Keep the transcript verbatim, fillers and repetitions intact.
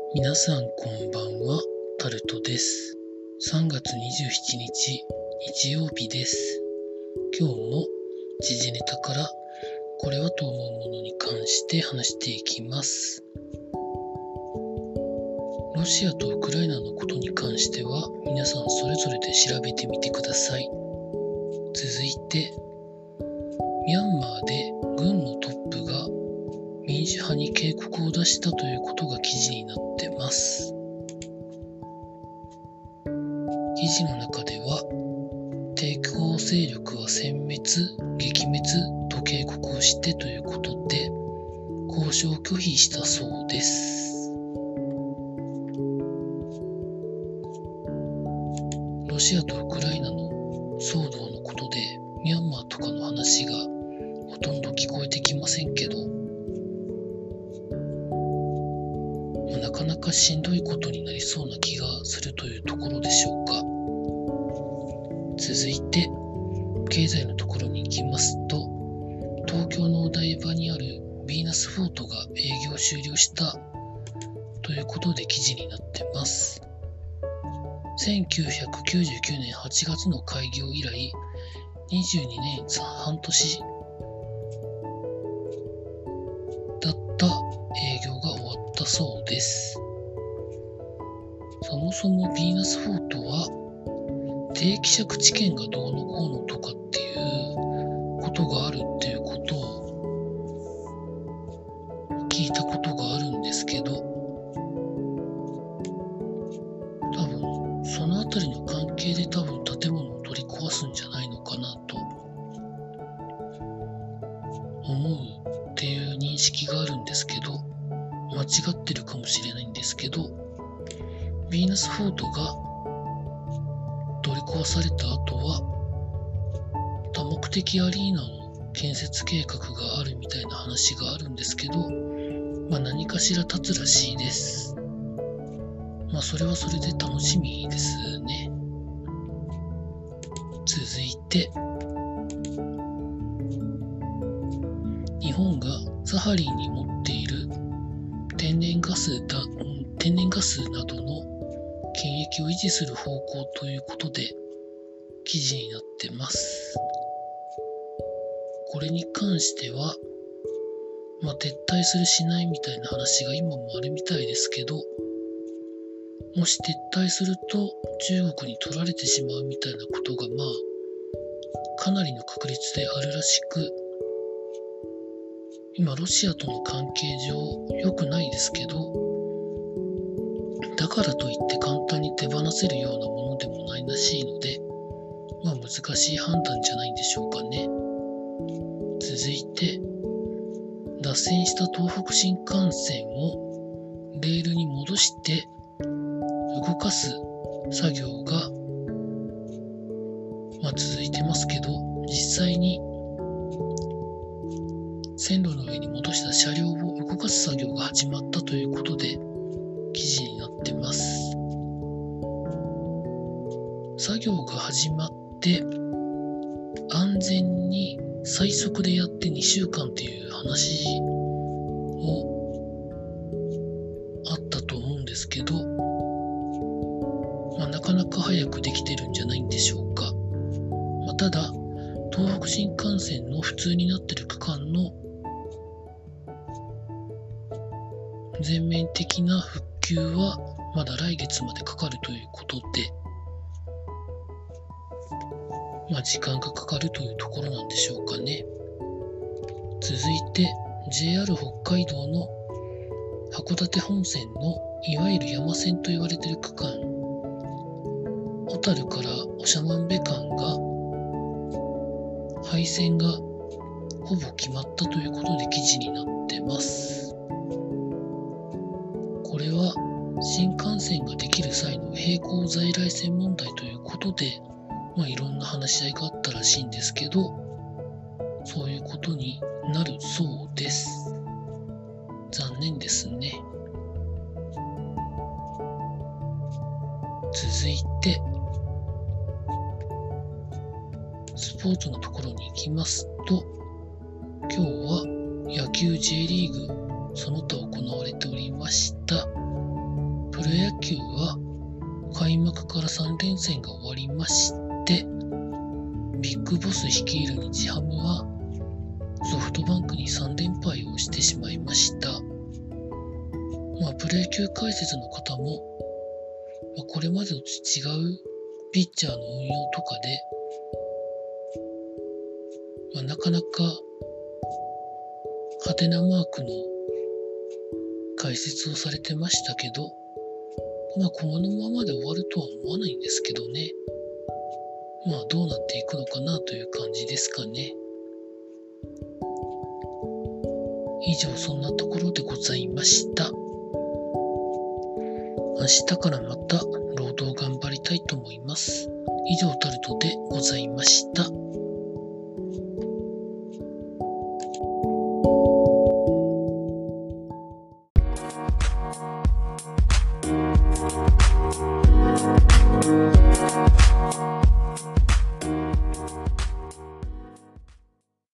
皆さんこんばんは、タルトです。さんがつにじゅうしちにち、日曜日です。今日も時事ネタからこれはと思うものに関して話していきます。ロシアとウクライナのことに関しては皆さんそれぞれで調べてみてください。続いて、ミャンマーで軍のトップが民主派に警告を出したということが記事になってます。記事の中では、抵抗勢力は殲滅、撃滅と警告をしてということで、交渉を拒否したそうです。ロシアとウクライナの騒動のことで、ミャンマーとかの話がほとんど聞こえてきませんけど、なかなかしんどいことになりそうな気がするというところでしょうか。続いて、経済のところに行きますと、東京のお台場にあるヴィーナスフォートが営業終了したということで記事になってます。せんきゅうひゃくきゅうじゅうきゅうねんはちがつの開業以来、にじゅうにねんはんとしだった営業が終わったそうです。そもそもヴィーナスフォートは定期借地権がどうのこうのとかっていうことがあるっていうことを聞いたことがあるんですけど、多分そのあたりの関係で多分建物を取り壊すんじゃないのかなと思うっていう認識があるんですけど、間違ってるかもしれないんですけど、ヴィーナスフォートが取り壊された後は多目的アリーナの建設計画があるみたいな話があるんですけど、まあ何かしら立つらしいです。まあそれはそれで楽しみですね。続いて、日本がサハリンに持っている天然ガスだ、天然ガスなどの権益を維持する方向ということで記事になってます。これに関しては、まあ、撤退するしないみたいな話が今もあるみたいですけど、もし撤退すると中国に取られてしまうみたいなことがまあかなりの確率であるらしく、今ロシアとの関係上良くないですけど、だからといって簡単に手放せるようなものでもないらしいので、まあ難しい判断じゃないんでしょうかね。続いて、脱線した東北新幹線をレールに戻して動かす作業が、まあ、続いてますけど、実際に線路の上に戻した車両を動かす作業が始まったということで記事になってます。作業が始まって安全に最速でやってにしゅうかんという話もあったと思うんですけど、まあ、なかなか早くできてるんじゃないんでしょうか。まあ、ただ東北新幹線の普通になってる区間の全面的な復旧はまだ来月までかかるということで、まあ時間がかかるというところなんでしょうかね。続いて ジェイアール 北海道の函館本線のいわゆる山線と言われている区間、小樽から長万部間が廃線がほぼ決まったということで記事になってます。これは新幹線ができる際の並行在来線問題ということで、まあいろんな話し合いがあったらしいんですけど、そういうことになるそうです。残念ですね。続いて、スポーツのところに行きますと、今日は野球 J リーグその他行われておりました。 プロ野球は開幕からさん連戦が終わりまして、ビッグボス率いる日ハムはソフトバンクにさん連敗をしてしまいました。まあ、プロ野球解説の方も、まあ、これまでと違うピッチャーの運用とかで、まあ、なかなかハテナマークの解説をされてましたけど、まあこのままで終わるとは思わないんですけどね。まあどうなっていくのかなという感じですかね。以上そんなところでございました。明日からまた労働頑張りたいと思います。以上タルトでございました。